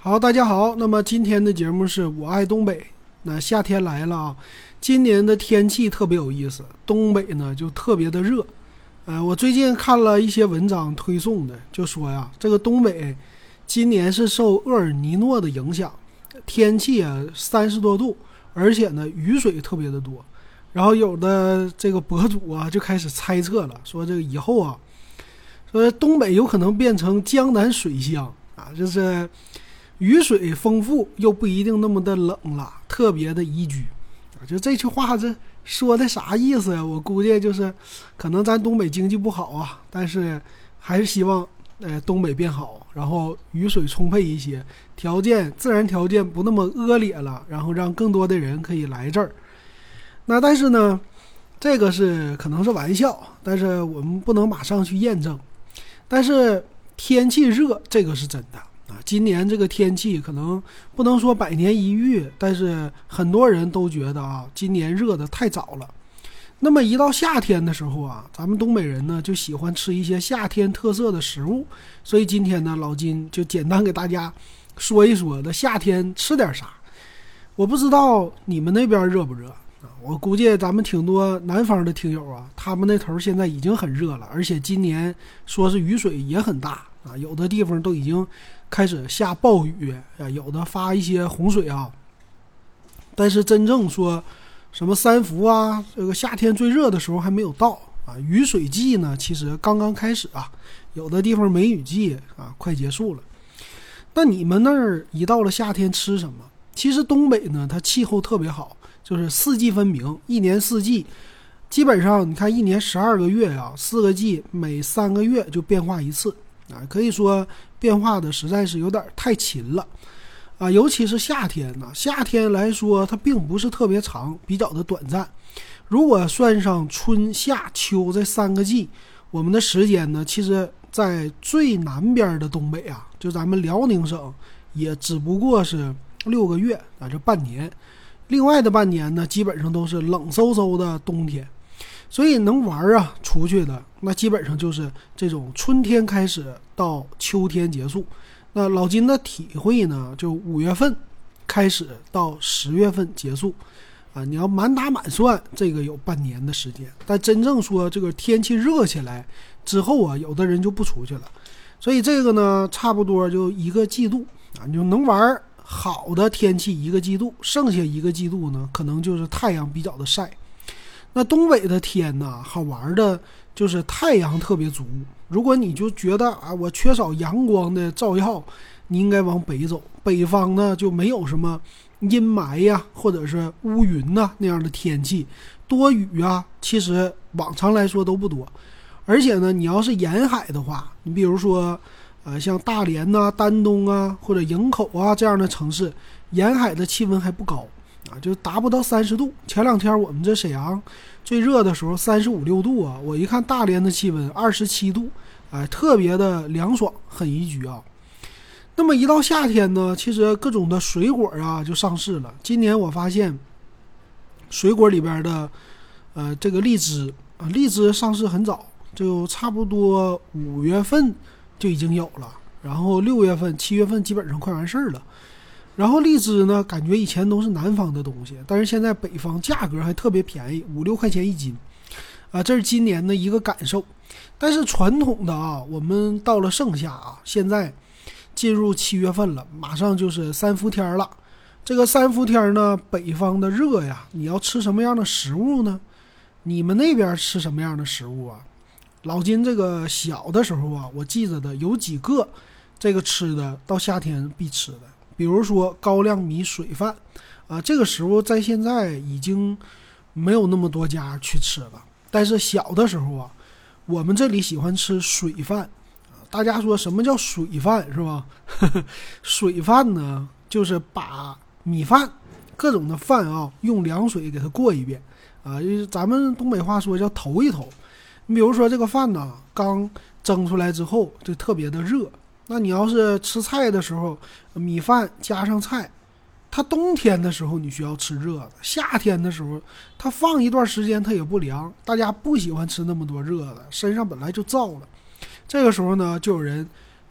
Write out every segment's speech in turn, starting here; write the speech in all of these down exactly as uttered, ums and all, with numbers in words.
好，大家好。那么今天的节目是我爱东北。那夏天来了啊，今年的天气特别有意思，东北呢就特别的热。呃，我最近看了一些文章推送的，就说呀，这个东北今年是受厄尔尼诺的影响，天气啊三十多度，而且呢雨水特别的多。然后有的这个博主啊就开始猜测了，说这个以后啊，说东北有可能变成江南水乡啊，就是雨水丰富又不一定那么的冷了，特别的宜居啊。就这句话这说的啥意思呀？我估计就是可能咱东北经济不好啊，但是还是希望呃东北变好，然后雨水充沛一些，条件自然条件不那么恶劣了，然后让更多的人可以来这儿。那但是呢，这个是可能是玩笑，但是我们不能马上去验证。但是天气热这个是真的啊，今年这个天气可能不能说百年一遇，但是很多人都觉得啊，今年热得太早了。那么一到夏天的时候啊，咱们东北人呢就喜欢吃一些夏天特色的食物，所以今天呢，老金就简单给大家说一说的夏天吃点啥。我不知道你们那边热不热，我估计咱们挺多南方的听友啊，他们那头现在已经很热了，而且今年说是雨水也很大啊，有的地方都已经开始下暴雨啊，有的发一些洪水啊。但是真正说什么三伏啊，这个夏天最热的时候还没有到啊，雨水季呢其实刚刚开始啊，有的地方梅雨季啊快结束了。那你们那儿一到了夏天吃什么？其实东北呢，它气候特别好。就是四季分明，一年四季，基本上你看一年十二个月啊，四个季，每三个月就变化一次啊，可以说变化的实在是有点太勤了啊。尤其是夏天呢，夏天来说它并不是特别长，比较的短暂。如果算上春夏秋这三个季，我们的时间呢，其实在最南边的东北啊，就咱们辽宁省，也只不过是六个月啊，这半年。另外的半年呢，基本上都是冷飕飕的冬天，所以能玩啊出去的，那基本上就是这种春天开始到秋天结束。那老金的体会呢，就五月份开始到十月份结束啊。你要满打满算，这个有半年的时间。但真正说这个天气热起来之后啊，有的人就不出去了，所以这个呢，差不多就一个季度啊，你就能玩。好的天气一个季度，剩下一个季度呢，可能就是太阳比较的晒。那东北的天呢，好玩的就是太阳特别足。如果你就觉得啊，我缺少阳光的照耀，你应该往北走。北方呢就没有什么阴霾呀，或者是乌云呐那样的天气，多雨啊，其实往常来说都不多。而且呢，你要是沿海的话，你比如说。呃，像大连呐、啊、丹东啊，或者营口啊这样的城市，沿海的气温还不高啊，就达不到三十度。前两天我们这沈阳最热的时候三十五六度啊，我一看大连的气温二十七度，哎，特别的凉爽，很宜居啊。那么一到夏天呢，其实各种的水果啊就上市了。今年我发现水果里边的呃这个荔枝啊，荔枝上市很早，就差不多五月份。就已经有了，然后六月份、七月份基本上快完事儿了。然后荔枝呢，感觉以前都是南方的东西，但是现在北方价格还特别便宜，五六块钱一斤，啊，这是今年的一个感受。但是传统的啊，我们到了盛夏啊，现在进入七月份了，马上就是三伏天了。这个三伏天呢，北方的热呀，你要吃什么样的食物呢？你们那边吃什么样的食物啊？老金这个小的时候啊，我记着的有几个这个吃的到夏天必吃的，比如说高粱米水饭啊，这个食物在现在已经没有那么多家去吃了。但是小的时候啊，我们这里喜欢吃水饭啊。大家说什么叫水饭是吧？水饭呢，就是把米饭各种的饭啊，用凉水给它过一遍啊，咱们东北话说叫投一投。你比如说这个饭呢，刚蒸出来之后就特别的热，那你要是吃菜的时候，米饭加上菜，它冬天的时候你需要吃热的，夏天的时候它放一段时间它也不凉，大家不喜欢吃那么多热的，身上本来就燥了。这个时候呢，就有人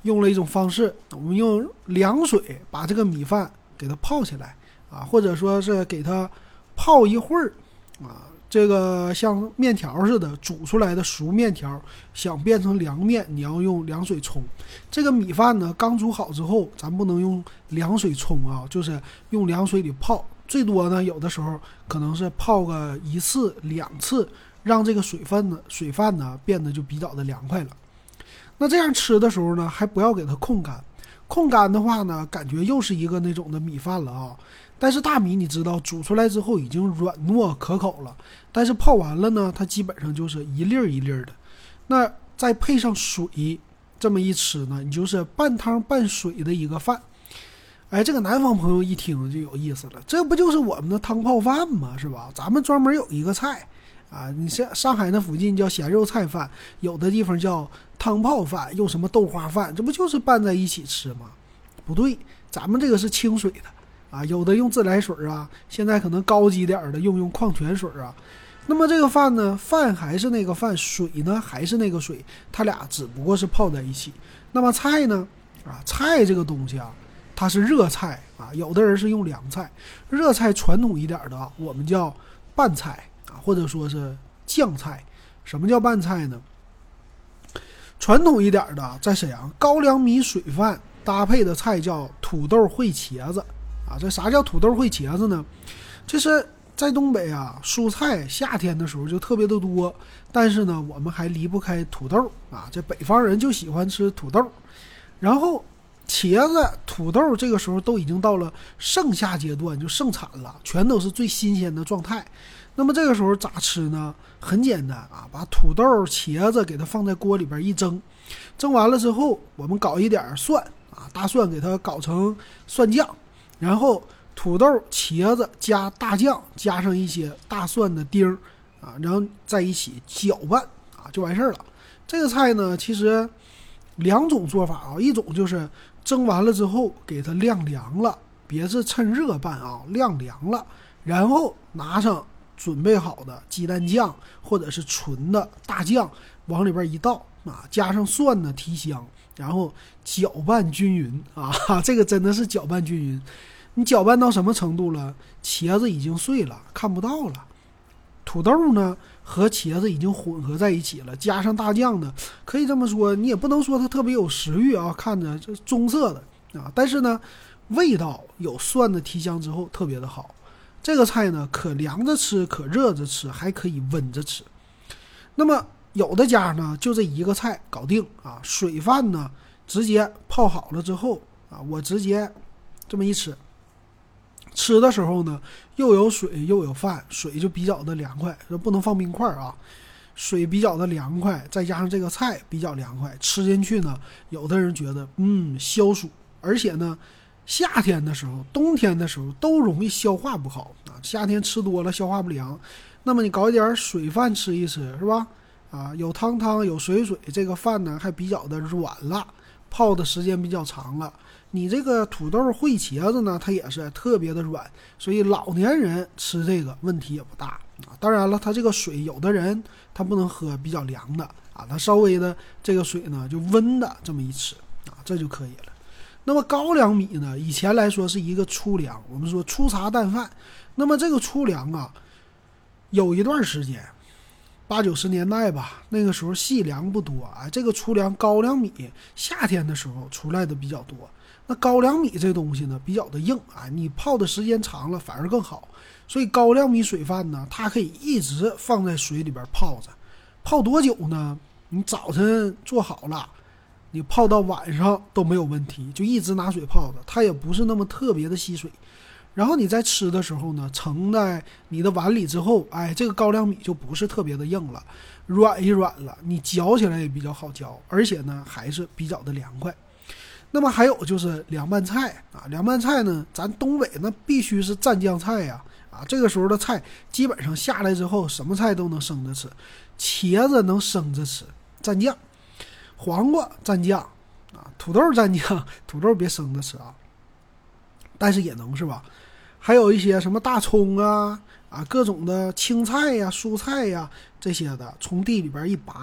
用了一种方式，我们用凉水把这个米饭给它泡起来啊，或者说是给它泡一会儿啊。这个像面条似的煮出来的熟面条，想变成凉面，你要用凉水冲。这个米饭呢，刚煮好之后，咱不能用凉水冲啊，就是用凉水里泡。最多呢，有的时候可能是泡个一次两次，让这个水分呢，水饭呢变得就比较的凉快了。那这样吃的时候呢，还不要给它控干。控干的话呢，感觉又是一个那种的米饭了啊。但是大米你知道煮出来之后已经软糯可口了，但是泡完了呢，它基本上就是一粒一粒的。那再配上水，这么一吃呢，你就是半汤半水的一个饭。哎，这个南方朋友一听就有意思了，这不就是我们的汤泡饭吗？是吧？咱们专门有一个菜啊，你像上海那附近叫咸肉菜饭，有的地方叫汤泡饭，又什么豆花饭，这不就是拌在一起吃吗？不对，咱们这个是清水的啊，有的用自来水啊，现在可能高级点的用用矿泉水啊。那么这个饭呢，饭还是那个饭，水呢还是那个水，它俩只不过是泡在一起。那么菜呢啊，菜这个东西啊，它是热菜啊，有的人是用凉菜。热菜传统一点的我们叫拌菜啊，或者说是酱菜。什么叫拌菜呢？传统一点的，在沈阳高粱米水饭搭配的菜叫土豆烩茄子啊。这啥叫土豆烩茄子呢？就是在东北啊，蔬菜夏天的时候就特别的多，但是呢，我们还离不开土豆啊。这北方人就喜欢吃土豆，然后茄子、土豆这个时候都已经到了盛夏阶段，就盛产了，全都是最新鲜的状态。那么这个时候咋吃呢？很简单啊，把土豆、茄子给它放在锅里边一蒸，蒸完了之后，我们搞一点蒜啊，大蒜给它搞成蒜酱，然后土豆、茄子加大酱，加上一些大蒜的丁啊，然后在一起搅拌啊，就完事儿了。这个菜呢，其实两种做法啊，一种就是蒸完了之后给它晾凉了，别是趁热拌啊，晾凉了，然后拿上准备好的鸡蛋酱或者是纯的大酱往里边一倒啊，加上蒜呢提香，然后搅拌均匀啊，这个真的是搅拌均匀。你搅拌到什么程度了？茄子已经碎了，看不到了。土豆呢和茄子已经混合在一起了，加上大酱呢，可以这么说，你也不能说它特别有食欲啊，看着这棕色的啊，但是呢，味道有蒜的提香之后特别的好。这个菜呢，可凉着吃，可热着吃，还可以温着吃。那么有的家呢，就这一个菜搞定啊，水饭呢直接泡好了之后啊，我直接这么一吃。吃的时候呢，又有水又有饭，水就比较的凉快，不能放冰块啊，水比较的凉快，再加上这个菜比较凉快，吃进去呢，有的人觉得嗯消暑，而且呢，夏天的时候、冬天的时候都容易消化不好啊，夏天吃多了消化不良，那么你搞一点水饭吃一吃，是吧？啊，有汤汤有水水，这个饭呢还比较的软了，泡的时间比较长了。你这个土豆烩茄子呢，它也是特别的软，所以老年人吃这个问题也不大啊。当然了，它这个水有的人他不能喝比较凉的啊，他稍微的这个水呢就温的这么一吃啊，这就可以了。那么高粱米呢，以前来说是一个粗粮，我们说粗茶淡饭。那么这个粗粮啊，有一段时间八九十年代吧，那个时候细粮不多啊，这个粗粮高粱米夏天的时候出来的比较多。那高粱米这东西呢比较的硬啊，你泡的时间长了反而更好，所以高粱米水饭呢，它可以一直放在水里边泡着，泡多久呢？你早晨做好了，你泡到晚上都没有问题，就一直拿水泡着，它也不是那么特别的吸水。然后你在吃的时候呢，盛在你的碗里之后，哎，这个高粱米就不是特别的硬了，软一软了，你嚼起来也比较好嚼，而且呢还是比较的凉快。那么还有就是凉拌菜啊，凉拌菜呢，咱东北那必须是蘸酱菜呀，啊，这个时候的菜基本上下来之后，什么菜都能生着吃，茄子能生着吃，蘸酱，黄瓜蘸酱啊，土豆蘸酱，土豆别生着吃啊，但是也能是吧？还有一些什么大葱啊啊，各种的青菜呀、蔬菜呀这些的，从地里边一拔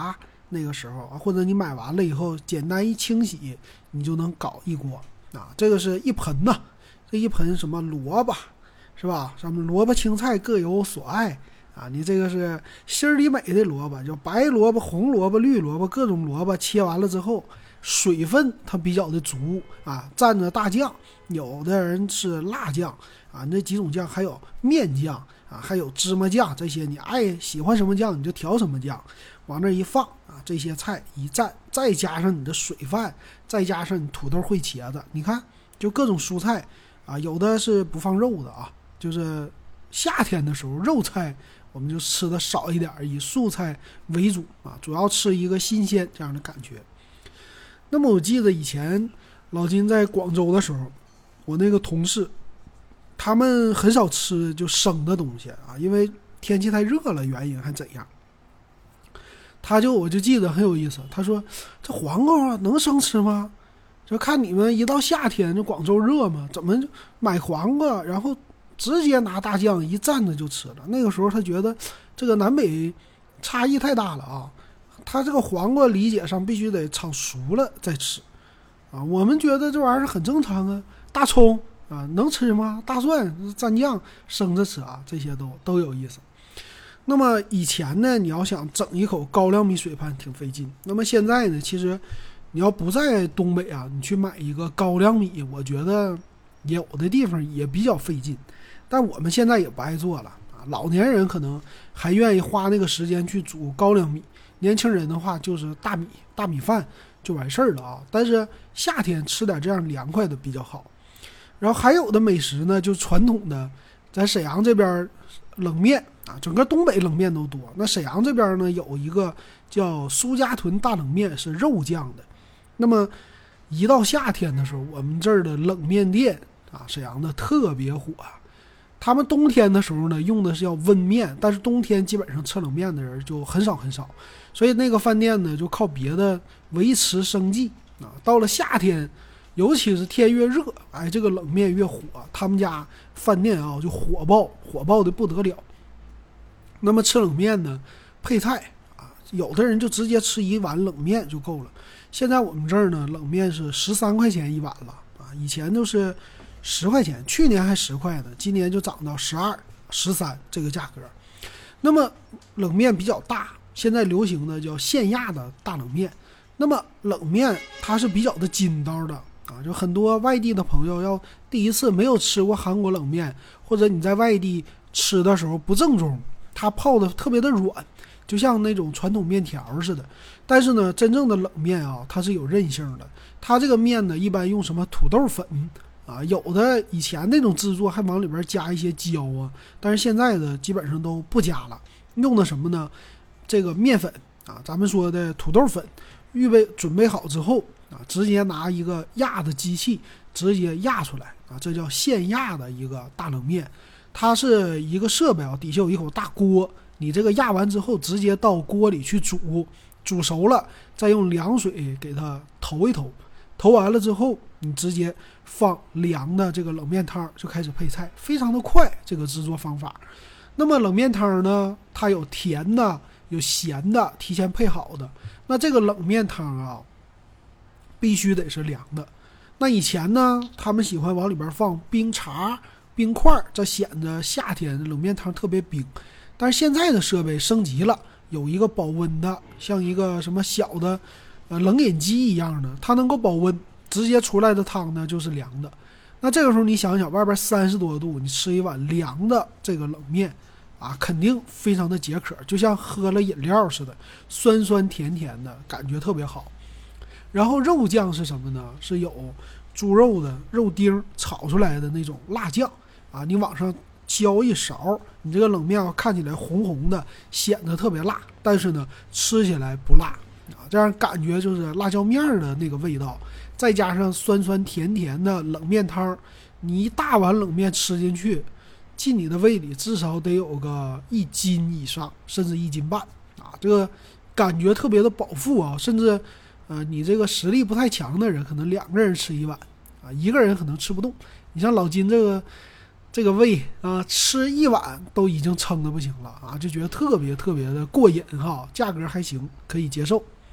那个时候啊，或者你买完了以后简单一清洗，你就能搞一锅啊。这个是一盆呐、啊，这一盆什么萝卜是吧？什么萝卜青菜各有所爱啊。你这个是心里美的萝卜，就白萝卜、红萝卜、绿萝卜，各种萝卜切完了之后，水分它比较的足啊，蘸着大酱，有的人吃辣酱啊，那几种酱还有面酱啊，还有芝麻酱，这些你爱喜欢什么酱你就调什么酱，往那一放啊，这些菜一蘸，再加上你的水饭，再加上你土豆烩茄子，你看就各种蔬菜啊，有的是不放肉的啊，就是夏天的时候肉菜我们就吃的少一点，以素菜为主啊，主要吃一个新鲜这样的感觉。那么我记得以前老金在广州的时候，我那个同事他们很少吃就生的东西啊，因为天气太热了原因还怎样。他就我就记得很有意思，他说这黄瓜能生吃吗？就看你们一到夏天，这广州热嘛，怎么买黄瓜然后直接拿大酱一蘸着就吃了。那个时候他觉得这个南北差异太大了啊，他这个黄瓜理解上必须得炒熟了再吃啊。我们觉得这玩意儿很正常啊，大葱啊能吃吗？大蒜蘸酱生着吃啊，这些都都有意思。那么以前呢，你要想整一口高粱米水饭挺费劲。那么现在呢，其实你要不在东北啊，你去买一个高粱米，我觉得有的地方也比较费劲。但我们现在也不爱做了啊，老年人可能还愿意花那个时间去煮高粱米，年轻人的话就是大米大米饭就完事儿了啊。但是夏天吃点这样凉快的比较好。然后还有的美食呢，就传统的，在沈阳这边冷面啊，整个东北冷面都多。那沈阳这边呢，有一个叫苏家屯大冷面，是肉酱的。那么一到夏天的时候，我们这儿的冷面店啊，沈阳的特别火。他们冬天的时候呢，用的是要温面，但是冬天基本上吃冷面的人就很少很少，所以那个饭店呢就靠别的维持生计啊。到了夏天，尤其是天越热，哎，这个冷面越火，他们家饭店啊就火爆，火爆的不得了。那么吃冷面呢，配菜啊，有的人就直接吃一碗冷面就够了。现在我们这儿呢，冷面是十三块钱一碗了啊，以前就是十块钱，去年还十块呢，今年就涨到十二、十三这个价格。那么冷面比较大，现在流行的叫现压的大冷面。那么冷面它是比较的筋道的啊，就很多外地的朋友要第一次没有吃过韩国冷面，或者你在外地吃的时候不正宗，它泡的特别的软，就像那种传统面条似的。但是呢，真正的冷面啊，它是有韧性的。它这个面呢，一般用什么土豆粉啊，有的以前那种制作还往里边加一些椒啊，但是现在的基本上都不加了，用的什么呢？这个面粉啊，咱们说的土豆粉，预备准备好之后啊，直接拿一个压的机器直接压出来啊，这叫现压的一个大冷面。它是一个设备啊，底下有一口大锅，你这个压完之后直接到锅里去煮，煮熟了再用凉水给它投一投，投完了之后你直接放凉的这个冷面汤就开始配菜，非常的快这个制作方法。那么冷面汤呢，它有甜的有咸的，提前配好的。那这个冷面汤啊必须得是凉的。那以前呢，他们喜欢往里边放冰碴冰块，这显得夏天冷面汤特别冰。但是现在的设备升级了，有一个保温的，像一个什么小的呃冷饮机一样的，它能够保温，直接出来的汤呢就是凉的。那这个时候你想想，外边三十多度，你吃一碗凉的这个冷面啊，肯定非常的解渴，就像喝了饮料似的，酸酸甜甜的感觉特别好。然后肉酱是什么呢？是有猪肉的肉丁炒出来的那种辣酱啊，你往上浇一勺，你这个冷面看起来红红的，显得特别辣，但是呢吃起来不辣啊，这样感觉就是辣椒面的那个味道，再加上酸酸甜甜的冷面汤，你一大碗冷面吃进去，进你的胃里至少得有个一斤以上，甚至一斤半啊，这个感觉特别的饱腹啊，甚至呃你这个实力不太强的人，可能两个人吃一碗啊，一个人可能吃不动。你像老金这个这个胃啊，吃一碗都已经撑得不行了啊，就觉得特别特别的过瘾哈，价格还行，可以接受。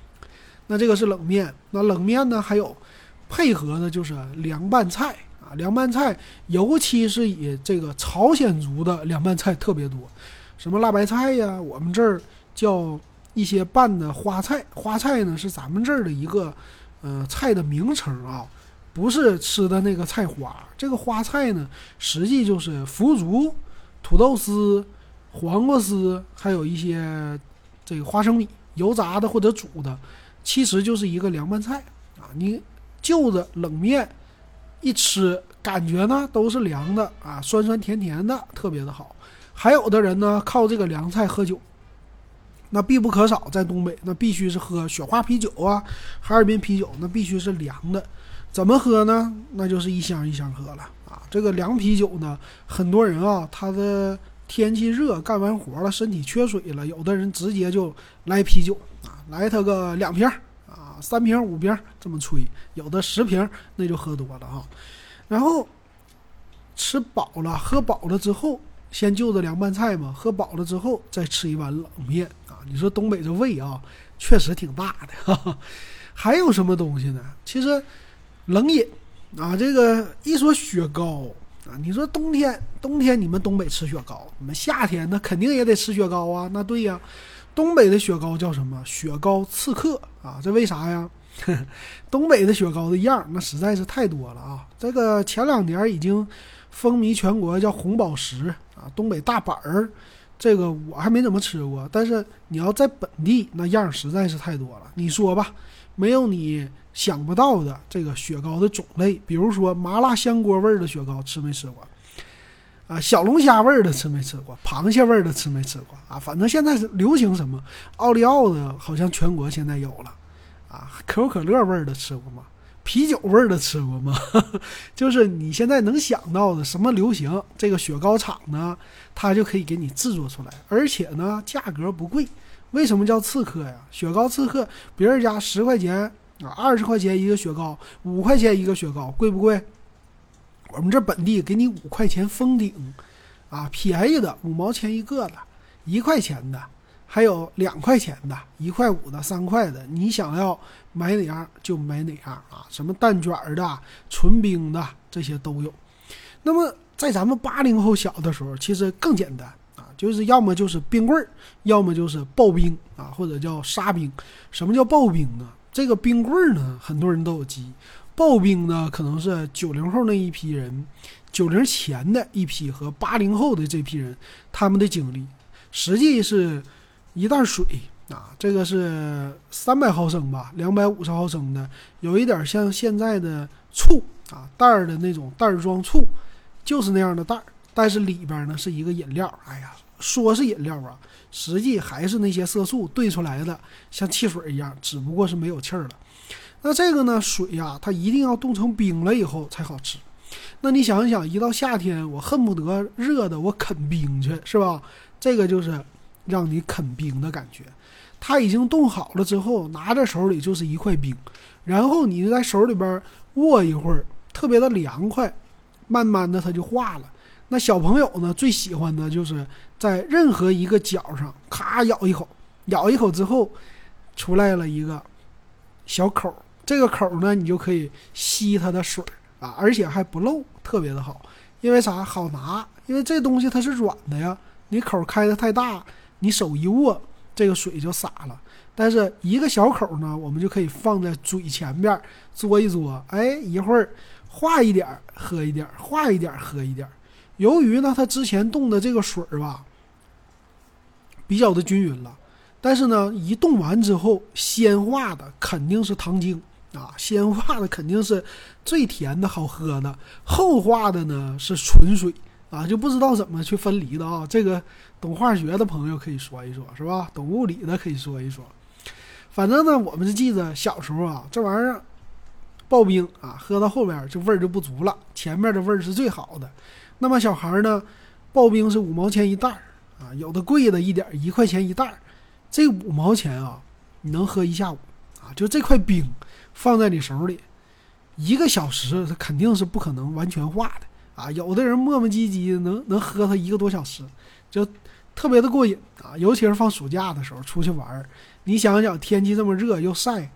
那这个是冷面。那冷面呢，还有配合的就是凉拌菜啊，凉拌菜尤其是以这个朝鲜族的凉拌菜特别多，什么辣白菜呀，我们这儿叫一些拌的花菜，花菜呢是咱们这儿的一个呃菜的名称啊，不是吃的那个菜花。这个花菜呢，实际就是腐竹、土豆丝、黄瓜丝，还有一些这个花生米，油炸的或者煮的，其实就是一个凉拌菜啊。你就着冷面一吃，感觉呢都是凉的啊，酸酸甜甜的，特别的好。还有的人呢靠这个凉菜喝酒，那必不可少，在东北那必须是喝雪花啤酒啊，哈尔滨啤酒，那必须是凉的。怎么喝呢？那就是一箱一箱喝了啊。这个凉啤酒呢，很多人啊，他的天气热，干完活了，身体缺水了，有的人直接就来啤酒啊，来他个两瓶啊，三瓶五瓶这么吹，有的十瓶那就喝多了啊。然后吃饱了喝饱了之后，先就着凉拌菜嘛，喝饱了之后再吃一碗冷面啊。你说东北这胃啊，确实挺大的。哈哈。还有什么东西呢？其实冷饮啊，这个一说雪糕啊，你说冬天冬天你们东北吃雪糕，你们夏天那肯定也得吃雪糕啊。那对呀，东北的雪糕叫什么？雪糕刺客啊，这为啥呀？东北的雪糕的样那实在是太多了啊。这个前两年已经风靡全国，叫红宝石啊，东北大板儿，这个我还没怎么吃过，但是你要在本地那样实在是太多了。你说吧，没有你想不到的这个雪糕的种类，比如说麻辣香锅味的雪糕吃没吃过啊？小龙虾味的吃没吃过？螃蟹味的吃没吃过啊？反正现在是流行什么奥利奥的，好像全国现在有了啊。可口可乐味的吃过吗？啤酒味的吃过吗？就是你现在能想到的什么流行，这个雪糕厂呢，它就可以给你制作出来，而且呢价格不贵。为什么叫刺客呀？雪糕刺客，别人家十块钱啊，二十块钱一个雪糕，五块钱一个雪糕，贵不贵？我们这本地给你五块钱封顶啊，便宜的五毛钱一个的，一块钱的，还有两块钱的，一块五的，三块的，你想要买哪样就买哪样啊，什么蛋卷的、纯冰的这些都有。那么在咱们八零后小的时候，其实更简单啊，就是要么就是冰棍儿，要么就是刨冰啊，或者叫沙冰。什么叫刨冰呢？这个冰棍儿呢，很多人都有记忆。刨冰呢，可能是九零后那一批人，九零前的一批和八零后的这批人他们的经历。实际是一袋水啊，这个是三百毫升吧，两百五十毫升的，有一点像现在的醋啊，袋儿的那种袋装醋，就是那样的袋儿，但是里边呢是一个饮料。哎呀，说是饮料啊，实际还是那些色素兑出来的，像汽水一样，只不过是没有气儿了。那这个呢，水呀、啊，它一定要冻成冰了以后才好吃。那你想一想，一到夏天，我恨不得热的我啃冰去，是吧？这个就是让你啃冰的感觉。它已经冻好了之后，拿在手里就是一块冰，然后你在手里边握一会儿，特别的凉快，慢慢的它就化了。那小朋友呢，最喜欢的就是在任何一个角上咔咬一口，咬一口之后出来了一个小口，这个口呢你就可以吸它的水啊，而且还不漏，特别的好。因为啥？好拿，因为这东西它是软的呀，你口开的太大，你手一握，这个水就洒了。但是一个小口呢，我们就可以放在嘴前边嘬一嘬，哎，一会儿化一点喝一点，化一点喝一点。由于呢它之前冻的这个水吧比较的均匀了，但是呢一冻完之后，先化的肯定是糖精啊，先化的肯定是最甜的好喝的，后化的呢是纯水啊，就不知道怎么去分离的啊。这个懂化学的朋友可以说一说，是吧？懂物理的可以说一说。反正呢，我们是记得小时候啊，这玩意儿刨冰啊，喝到后边这味儿就不足了，前面的味儿是最好的。那么小孩呢，刨冰是五毛钱一袋啊，有的贵的一点，一块钱一袋。这五毛钱啊，你能喝一下午啊，就这块冰放在你手里，一个小时它肯定是不可能完全化的啊。有的人磨磨唧唧能能喝它一个多小时，就特别的过瘾啊。尤其是放暑假的时候出去玩，你想想天气这么热又晒，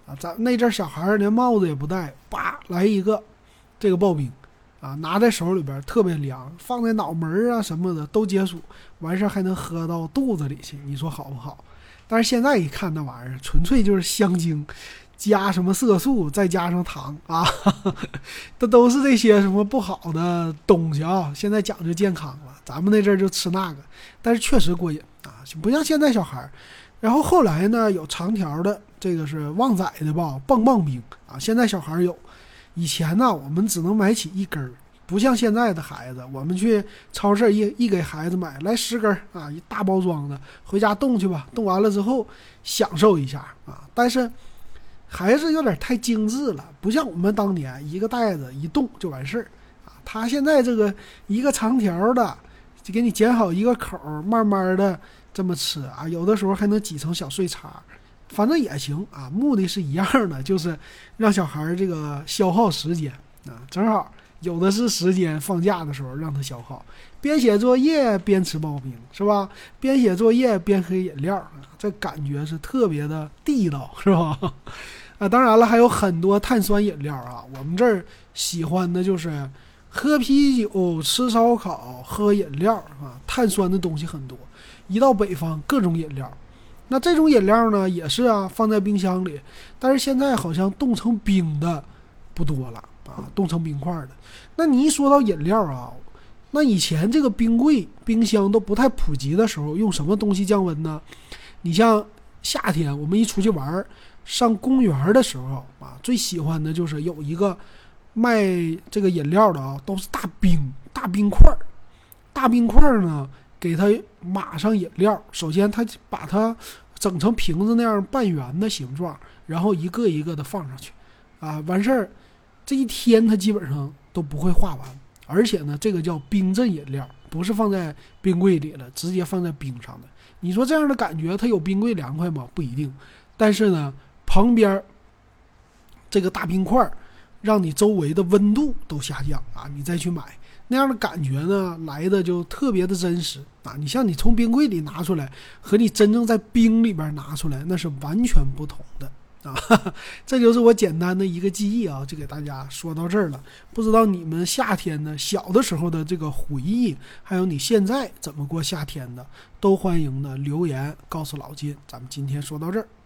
啊，咱那阵小孩连帽子也不戴，叭来一个这个刨冰啊，拿在手里边特别凉，放在脑门啊什么的都解暑，完事还能喝到肚子里去，你说好不好？但是现在一看那玩意儿，纯粹就是香精加什么色素，再加上糖啊，这都是这些什么不好的东西啊。现在讲究健康了，咱们那阵儿就吃那个，但是确实过瘾啊，不像现在小孩。然后后来呢，有长条的，这个是旺仔的吧，棒棒冰啊，现在小孩有。以前呢，我们只能买起一根儿，不像现在的孩子，我们去超市一一给孩子买来十根啊，一大包装的，回家冻去吧，冻完了之后享受一下啊。但是还是有点太精致了，不像我们当年一个袋子一冻就完事儿啊。他现在这个一个长条的，就给你剪好一个口，慢慢的这么吃啊，有的时候还能挤成小碎碴，反正也行啊。目的是一样的，就是让小孩这个消耗时间啊，正好有的是时间，放假的时候让他消耗，边写作业边吃刨冰是吧？边写作业边喝饮料啊，这感觉是特别的地道是吧？啊，当然了，还有很多碳酸饮料啊。我们这儿喜欢的就是喝啤酒、吃烧烤、喝饮料啊，碳酸的东西很多。一到北方，各种饮料。那这种饮料呢，也是啊，放在冰箱里，但是现在好像冻成冰的不多了啊，冻成冰块的。那你一说到饮料啊，那以前这个冰柜、冰箱都不太普及的时候，用什么东西降温呢？你像夏天我们一出去玩，上公园的时候啊，最喜欢的就是有一个卖这个饮料的啊，都是大冰大冰块大冰块呢，给它码上饮料。首先它把它整成瓶子那样半圆的形状，然后一个一个的放上去啊，完事儿这一天它基本上都不会化完。而且呢，这个叫冰镇饮料，不是放在冰柜里了，直接放在冰上的。你说这样的感觉它有冰柜凉快吗？不一定。但是呢，旁边这个大冰块让你周围的温度都下降啊，你再去买那样的感觉呢，来的就特别的真实啊。你像你从冰柜里拿出来和你真正在冰里边拿出来，那是完全不同的啊。这就是我简单的一个记忆啊，就给大家说到这儿了。不知道你们夏天呢，小的时候的这个回忆，还有你现在怎么过夏天的，都欢迎呢留言告诉老金。咱们今天说到这儿。